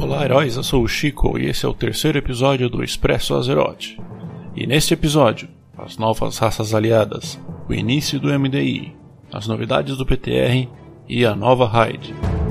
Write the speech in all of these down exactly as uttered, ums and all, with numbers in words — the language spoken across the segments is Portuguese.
Olá heróis, eu sou o Chico e esse é o terceiro episódio do Expresso Azeroth. E neste episódio, as novas raças aliadas, o início do M D I, as novidades do P T R e a nova raid.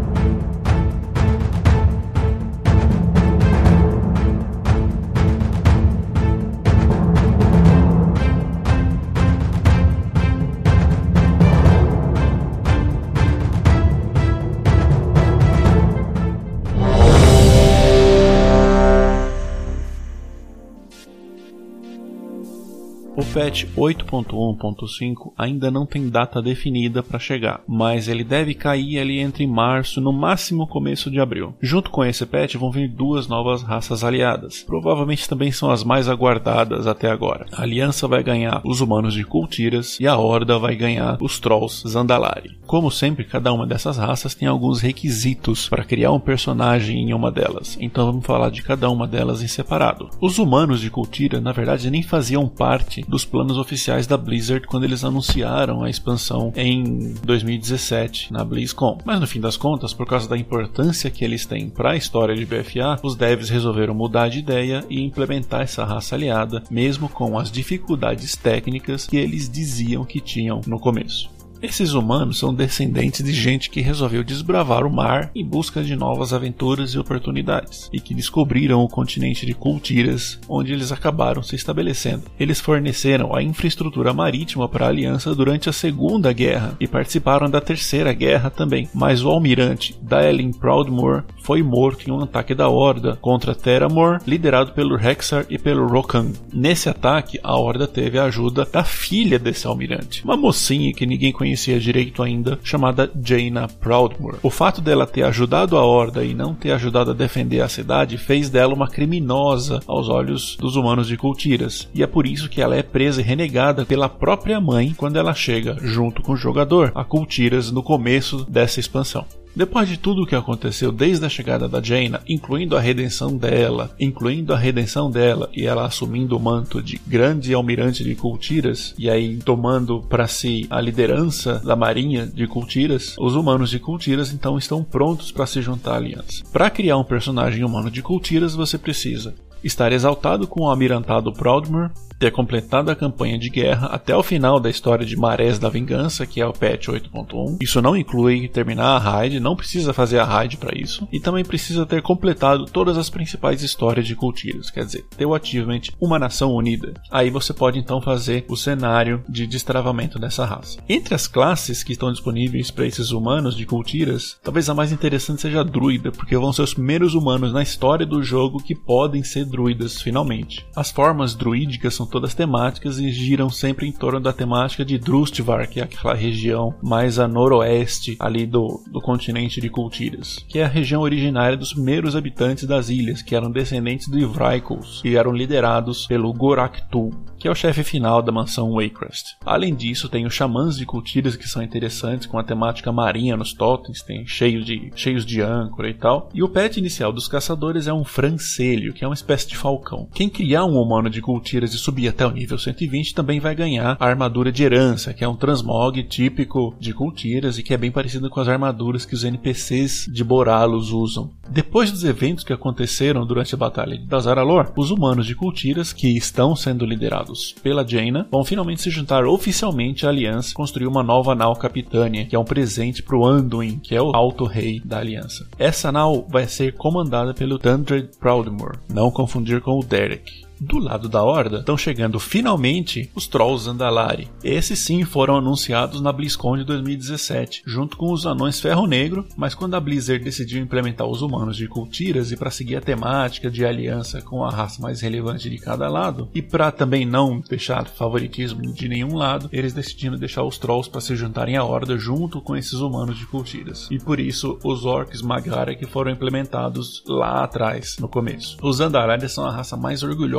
O patch oito ponto um ponto cinco ainda não tem data definida para chegar, mas ele deve cair ali entre março, no máximo começo de abril. Junto com esse patch vão vir duas novas raças aliadas, provavelmente também são as mais aguardadas até agora. A Aliança vai ganhar os humanos de Kul Tiras e a Horda vai ganhar os Trolls Zandalari. Como sempre, cada uma dessas raças tem alguns requisitos para criar um personagem em uma delas, então vamos falar de cada uma delas em separado. Os humanos de Kul Tira, na verdade, nem faziam parte dos planos oficiais da Blizzard quando eles anunciaram a expansão em dois mil e dezessete na BlizzCon. Mas no fim das contas, por causa da importância que eles têm para a história de B F A, os devs resolveram mudar de ideia e implementar essa raça aliada, mesmo com as dificuldades técnicas que eles diziam que tinham no começo. Esses humanos são descendentes de gente que resolveu desbravar o mar em busca de novas aventuras e oportunidades, e que descobriram o continente de Kul Tiras, onde eles acabaram se estabelecendo. Eles forneceram a infraestrutura marítima para a Aliança durante a Segunda Guerra, e participaram da Terceira Guerra também, mas o almirante Daelin Proudmoore foi morto em um ataque da Horda contra Theramore, liderado pelo Rexxar e pelo Rokan. Nesse ataque, a Horda teve a ajuda da filha desse almirante, uma mocinha que ninguém conhecia conhecia direito ainda, chamada Jaina Proudmoore. O fato dela ter ajudado a Horda e não ter ajudado a defender a cidade fez dela uma criminosa aos olhos dos humanos de Kul Tiras, e é por isso que ela é presa e renegada pela própria mãe quando ela chega, junto com o jogador, a Kul Tiras no começo dessa expansão. Depois de tudo o que aconteceu desde a chegada da Jaina, incluindo a redenção dela, incluindo a redenção dela e ela assumindo o manto de grande almirante de Kul Tiras, e aí tomando para si a liderança da marinha de Kul Tiras, os humanos de Kul Tiras então estão prontos para se juntar à aliança. Para criar um personagem humano de Kul Tiras, você precisa estar exaltado com o almirantado Proudmoore, ter completado a campanha de guerra até o final da história de Marés da Vingança, que é o patch oito ponto um. Isso não inclui terminar a raid, não precisa fazer a raid para isso. E também precisa ter completado todas as principais histórias de Kul Tiras, quer dizer, ter o achievement Uma Nação Unida. Aí você pode então fazer o cenário de destravamento dessa raça. Entre as classes que estão disponíveis para esses humanos de Kul Tiras, talvez a mais interessante seja a druida, porque vão ser os primeiros humanos na história do jogo que podem ser druidas finalmente. As formas druídicas são todas temáticas e giram sempre em torno da temática de Drustvar, que é aquela região mais a noroeste ali do, do continente de Kul Tiras, que é a região originária dos primeiros habitantes das ilhas, que eram descendentes de Vrykles, que eram liderados pelo Gorak-Tul, que é o chefe final da mansão Waycrest. Além disso, tem os xamãs de Kul Tiras, que são interessantes, com a temática marinha nos totens, tem cheios de, cheios de âncora e tal. E o pet inicial dos caçadores é um francelho, que é uma espécie de falcão. Quem criar um humano de Kul Tiras e subir até o nível cento e vinte também vai ganhar a armadura de herança, que é um transmog típico de Kul Tiras e que é bem parecido com as armaduras que os N P Cs de Boralos usam. Depois dos eventos que aconteceram durante a Batalha de Dazaralor, os humanos de Kul Tiras, que estão sendo liderados pela Jaina, vão finalmente se juntar oficialmente à Aliança e construir uma nova nau Capitânia, que é um presente para o Anduin, que é o alto rei da Aliança. Essa nau vai ser comandada pelo Tundred Proudmoore, não confundir com o Derek. Do lado da Horda, estão chegando finalmente os Trolls Zandalari. Esses sim foram anunciados na BlizzCon de dois mil e dezessete, junto com os Anões Ferro Negro, mas quando a Blizzard decidiu implementar os humanos de Kul Tiras e para seguir a temática de aliança com a raça mais relevante de cada lado, e para também não deixar favoritismo de nenhum lado, eles decidiram deixar os Trolls para se juntarem à Horda junto com esses humanos de Kul Tiras. E por isso, os Orcs Magara que foram implementados lá atrás, no começo. Os Zandalari são a raça mais orgulhosa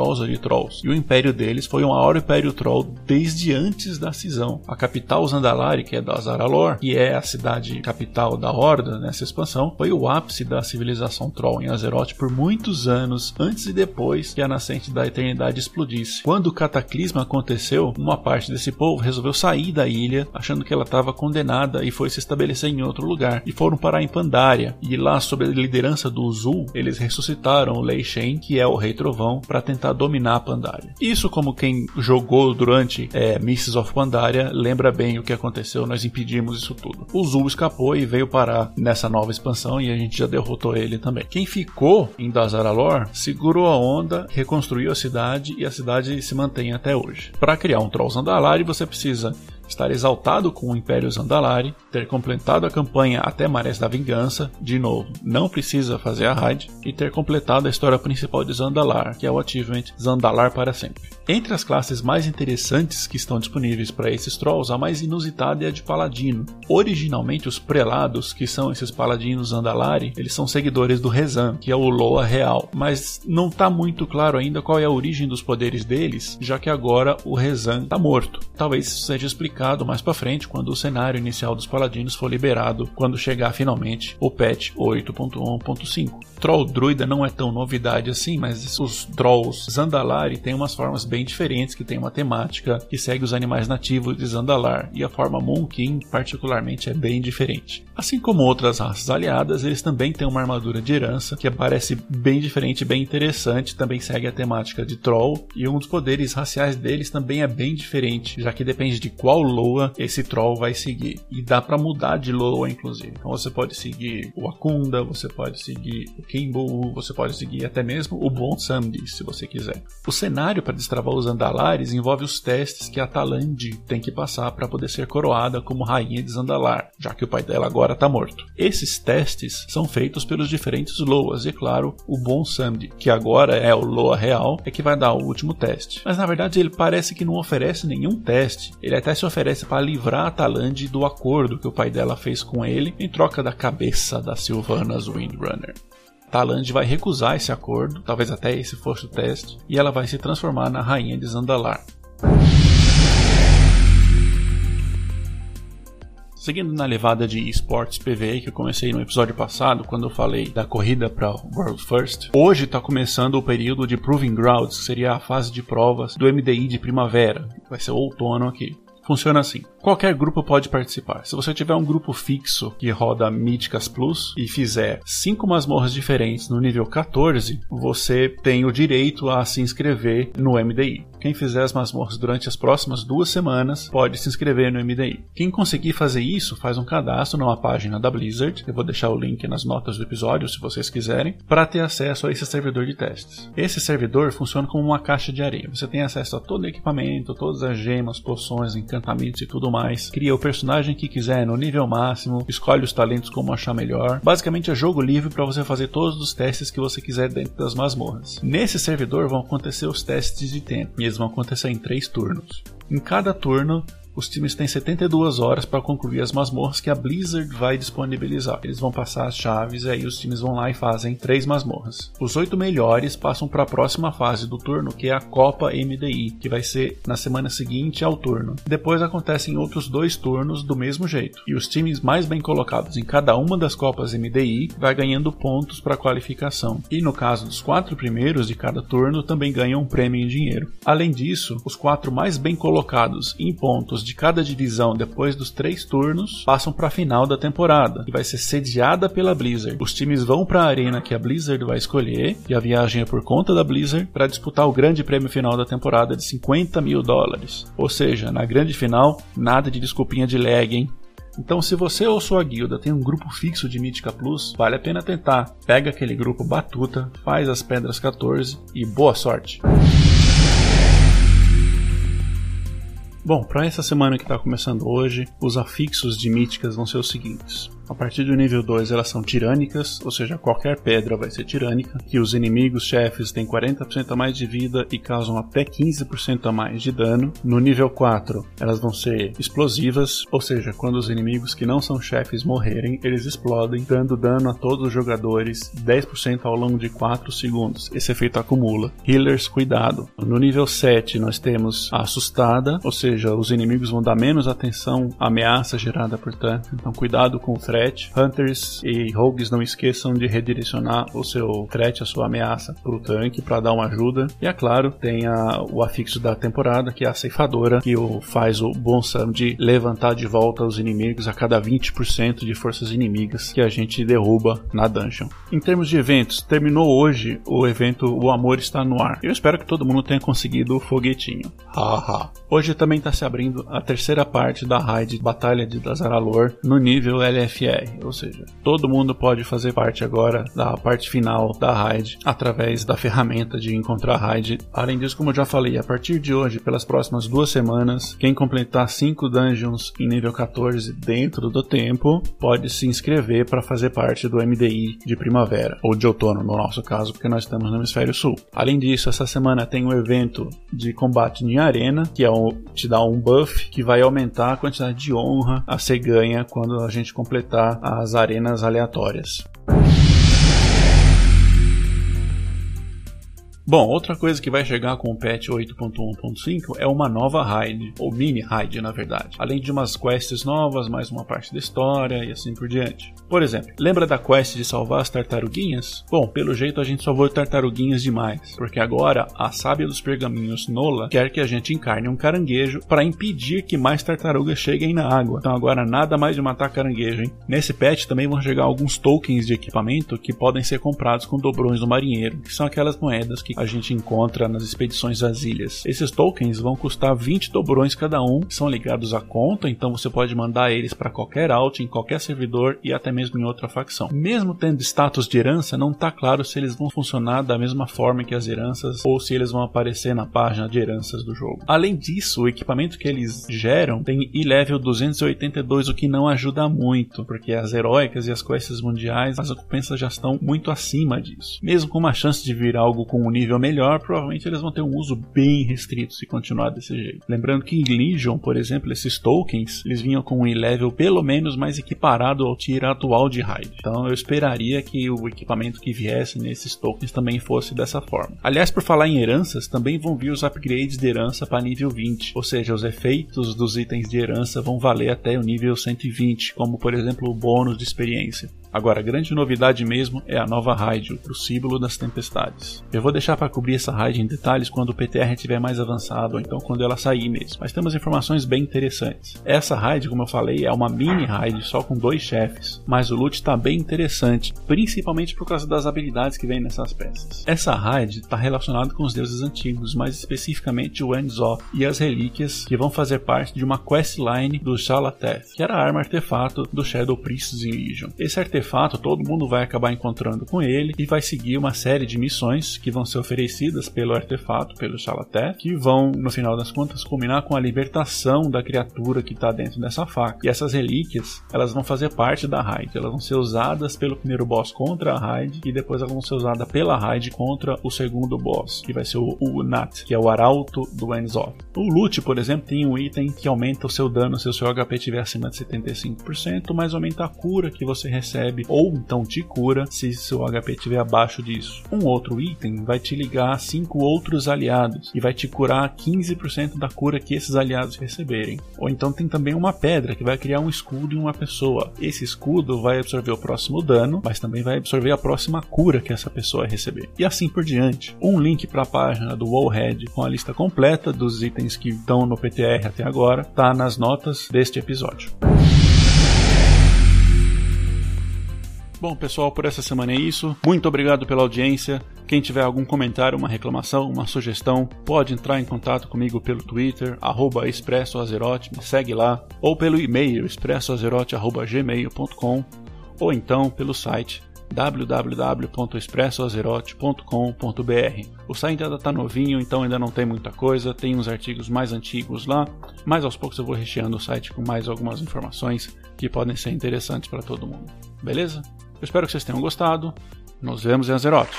poderosa de Trolls, e o império deles foi o maior império Troll desde antes da cisão. A capital Zandalari, que é da Azaralor, que é a cidade capital da Horda nessa expansão, foi o ápice da civilização Troll em Azeroth por muitos anos, antes e depois que a nascente da Eternidade explodisse. Quando o cataclisma aconteceu, uma parte desse povo resolveu sair da ilha, achando que ela estava condenada, e foi se estabelecer em outro lugar, e foram parar em Pandaria, e lá, sob a liderança do Zul, eles ressuscitaram o Lei Shen, que é o Rei Trovão, para tentar dominar Pandaria. Isso, como quem jogou durante é, Mists of Pandaria, lembra bem o que aconteceu, nós impedimos isso tudo. O Zul escapou e veio parar nessa nova expansão, e a gente já derrotou ele também. Quem ficou em Dazaralor segurou a onda, reconstruiu a cidade, e a cidade se mantém até hoje. Para criar um Troll Zandalari, você precisa estar exaltado com o Império Zandalari, ter completado a campanha até Marés da Vingança, de novo, não precisa fazer a raid, e ter completado a história principal de Zandalar, que é o achievement Zandalar para sempre. Entre as classes mais interessantes que estão disponíveis para esses Trolls, a mais inusitada é a de Paladino. Originalmente, os Prelados, que são esses Paladinos Zandalari, eles são seguidores do Rezan, que é o Loa real, mas não está muito claro ainda qual é a origem dos poderes deles, já que agora o Rezan está morto. Talvez isso seja explicado mais pra frente, quando o cenário inicial dos Paladinos for liberado, quando chegar finalmente o patch oito ponto um ponto cinco. Troll Druida não é tão novidade assim, mas os Trolls Zandalari têm umas formas bem diferentes, que tem uma temática que segue os animais nativos de Zandalar, e a forma Moonkin particularmente é bem diferente. Assim como outras raças aliadas, eles também têm uma armadura de herança, que parece bem diferente e bem interessante, também segue a temática de Troll, e um dos poderes raciais deles também é bem diferente, já que depende de qual Loa esse Troll vai seguir. E dá pra mudar de Loa, inclusive. Então você pode seguir o Akunda, você pode seguir o Kimbo, você pode seguir até mesmo o Bonsandi, se você quiser. O cenário para destravar os Zandalares envolve os testes que a Talandi tem que passar para poder ser coroada como rainha de Zandalar, já que o pai dela agora está morto. Esses testes são feitos pelos diferentes Loas, e claro, o Bonsandi, que agora é o Loa real, é que vai dar o último teste. Mas na verdade ele parece que não oferece nenhum teste, ele até se oferece para livrar a Talandi do acordo que o pai dela fez com ele em troca da cabeça da Sylvanas Windrunner. Talandi vai recusar esse acordo, talvez até esse fosse o teste, e ela vai se transformar na rainha de Zandalar. Seguindo na levada de esportes P V E que eu comecei no episódio passado, quando eu falei da corrida para World First, hoje está começando o período de Proving Grounds, que seria a fase de provas do M D I de primavera, vai ser outono aqui. Funciona assim. Qualquer grupo pode participar. Se você tiver um grupo fixo que roda Míticas Plus e fizer cinco masmorras diferentes no nível quatorze, você tem o direito a se inscrever no M D I. Quem fizer as masmorras durante as próximas duas semanas pode se inscrever no M D I. Quem conseguir fazer isso, faz um cadastro numa página da Blizzard, eu vou deixar o link nas notas do episódio se vocês quiserem, para ter acesso a esse servidor de testes. Esse servidor funciona como uma caixa de areia. Você tem acesso a todo o equipamento, todas as gemas, poções, encantamentos e tudo mais. Cria o personagem que quiser no nível máximo, escolhe os talentos como achar melhor. Basicamente é jogo livre para você fazer todos os testes que você quiser dentro das masmorras. Nesse servidor vão acontecer os testes de tempo, e eles vão acontecer em três turnos. Em cada turno, os times têm setenta e duas horas para concluir as masmorras que a Blizzard vai disponibilizar. Eles vão passar as chaves e aí os times vão lá e fazem três masmorras. Os oito melhores passam para a próxima fase do turno, que é a Copa M D I, que vai ser na semana seguinte ao turno. Depois acontecem outros dois turnos do mesmo jeito. E os times mais bem colocados em cada uma das Copas M D I vai ganhando pontos para qualificação. E no caso dos quatro primeiros de cada turno também ganham um prêmio em dinheiro. Além disso, os quatro mais bem colocados em pontos de cada divisão depois dos três turnos passam para a final da temporada, que vai ser sediada pela Blizzard. Os times vão para a arena que a Blizzard vai escolher, e a viagem é por conta da Blizzard, para disputar o grande prêmio final da temporada de cinquenta mil dólares. Ou seja, na grande final, nada de desculpinha de lag, hein? Então, se você ou sua guilda tem um grupo fixo de Mítica Plus, vale a pena tentar. Pega aquele grupo batuta, faz as pedras quatorze e boa sorte! Bom, para essa semana que está começando hoje, os afixos de míticas vão ser os seguintes. A partir do nível dois elas são tirânicas, ou seja, qualquer pedra vai ser tirânica, que os inimigos chefes têm quarenta por cento a mais de vida e causam até quinze por cento a mais de dano. No nível quatro elas vão ser explosivas, ou seja, quando os inimigos que não são chefes morrerem, eles explodem, dando dano a todos os jogadores dez por cento ao longo de quatro segundos. Esse efeito acumula. Healers, cuidado. No nível sete nós temos a assustada, ou seja, os inimigos vão dar menos atenção à ameaça gerada por tanque, então cuidado com o threat. Hunters e rogues não esqueçam de redirecionar o seu threat, a sua ameaça, para o tanque para dar uma ajuda. E é claro, tem a, o afixo da temporada, que é a ceifadora, que o, faz o bom sum de levantar de volta os inimigos a cada vinte por cento de forças inimigas que a gente derruba na dungeon. Em termos de eventos, terminou hoje o evento O Amor Está no Ar. Eu espero que todo mundo tenha conseguido o foguetinho. Haha. Hoje também está se abrindo a terceira parte da raid Batalha de Dazaralor no nível L F R, ou seja, todo mundo pode fazer parte agora da parte final da raid através da ferramenta de encontrar raid. Além disso, como eu já falei, a partir de hoje, pelas próximas duas semanas, quem completar cinco dungeons em nível quatorze dentro do tempo pode se inscrever para fazer parte do M D I de primavera, ou de outono no nosso caso, porque nós estamos no hemisfério sul. Além disso, essa semana tem um evento de combate em arena, que é um, te dá um buff que vai aumentar a quantidade de honra a ser ganha quando a gente completar as arenas aleatórias. Bom, outra coisa que vai chegar com o patch oito ponto um ponto cinco é uma nova raid, ou mini raid na verdade, além de umas quests novas, mais uma parte da história e assim por diante. Por exemplo, lembra da quest de salvar as tartaruguinhas? Bom, pelo jeito a gente salvou tartaruguinhas demais, porque agora a sábia dos pergaminhos Nola quer que a gente encarne um caranguejo para impedir que mais tartarugas cheguem na água. Então agora nada mais de matar caranguejo, hein? Nesse patch também vão chegar alguns tokens de equipamento que podem ser comprados com dobrões do marinheiro, que são aquelas moedas que a gente encontra nas expedições às ilhas. Esses tokens vão custar vinte dobrões cada um, são ligados à conta, então você pode mandar eles para qualquer alt, em qualquer servidor e até mesmo em outra facção. Mesmo tendo status de herança, não está claro se eles vão funcionar da mesma forma que as heranças ou se eles vão aparecer na página de heranças do jogo. Além disso, o equipamento que eles geram tem E-Level duzentos e oitenta e dois, o que não ajuda muito, porque as heróicas e as quests mundiais, as recompensas já estão muito acima disso. Mesmo com uma chance de vir algo com um nível melhor, provavelmente eles vão ter um uso bem restrito se continuar desse jeito. Lembrando que em Legion, por exemplo, esses tokens, eles vinham com um E-Level pelo menos mais equiparado ao tier atual de raid. Então eu esperaria que o equipamento que viesse nesses tokens também fosse dessa forma. Aliás, por falar em heranças, também vão vir os upgrades de herança para nível vinte, ou seja, os efeitos dos itens de herança vão valer até o nível cento e vinte, como por exemplo o bônus de experiência. Agora, a grande novidade mesmo é a nova raid, o Crucíbulo das Tempestades. Eu vou deixar para cobrir essa raid em detalhes quando o P T R estiver mais avançado, ou então quando ela sair mesmo. Mas temos informações bem interessantes. Essa raid, como eu falei, é uma mini raid só com dois chefes, mas o loot está bem interessante, principalmente por causa das habilidades que vem nessas peças. Essa raid está relacionada com os deuses antigos, mais especificamente o Enzoth e as relíquias que vão fazer parte de uma questline do Xalateth, que era a arma artefato do Shadow Priestess in Legion. Esse artefato fato, todo mundo vai acabar encontrando com ele e vai seguir uma série de missões que vão ser oferecidas pelo artefato, pelo Xalateth, que vão, no final das contas, culminar com a libertação da criatura que está dentro dessa faca. E essas relíquias, elas vão fazer parte da raid, elas vão ser usadas pelo primeiro boss contra a raid e depois elas vão ser usadas pela raid contra o segundo boss, que vai ser o, o Nat, que é o arauto do Enzoth. O loot, por exemplo, tem um item que aumenta o seu dano se o seu H P estiver acima de setenta e cinco por cento, mas aumenta a cura que você recebe, ou então te cura se seu H P estiver abaixo disso. Um outro item vai te ligar a cinco outros aliados e vai te curar quinze por cento da cura que esses aliados receberem. Ou então tem também uma pedra que vai criar um escudo em uma pessoa. Esse escudo vai absorver o próximo dano, mas também vai absorver a próxima cura que essa pessoa receber. E assim por diante. Um link para a página do Wallhead com a lista completa dos itens que estão no P T R até agora está nas notas deste episódio. Bom, pessoal, por essa semana é isso. Muito obrigado pela audiência. Quem tiver algum comentário, uma reclamação, uma sugestão, pode entrar em contato comigo pelo Twitter, arroba expressoazerote, me segue lá, ou pelo e-mail, expressoazerote arroba gmail ponto com, ou então pelo site w w w ponto expressoazerote ponto com ponto b r. O site ainda está novinho, então ainda não tem muita coisa, tem uns artigos mais antigos lá, mas aos poucos eu vou recheando o site com mais algumas informações que podem ser interessantes para todo mundo. Beleza? Eu espero que vocês tenham gostado. Nos vemos em Azeroth.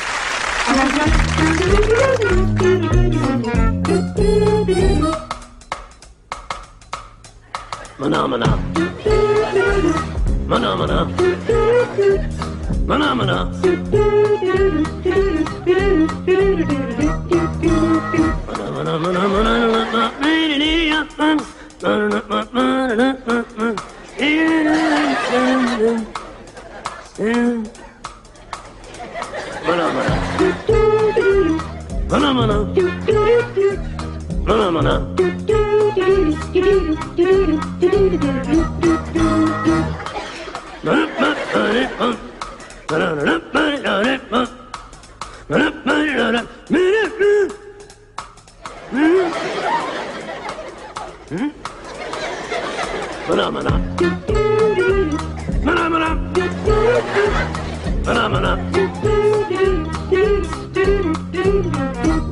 Mana mana. Mana mana. Mana mana. Mana mana mana. Mana mana. Mana mana. Mana mana.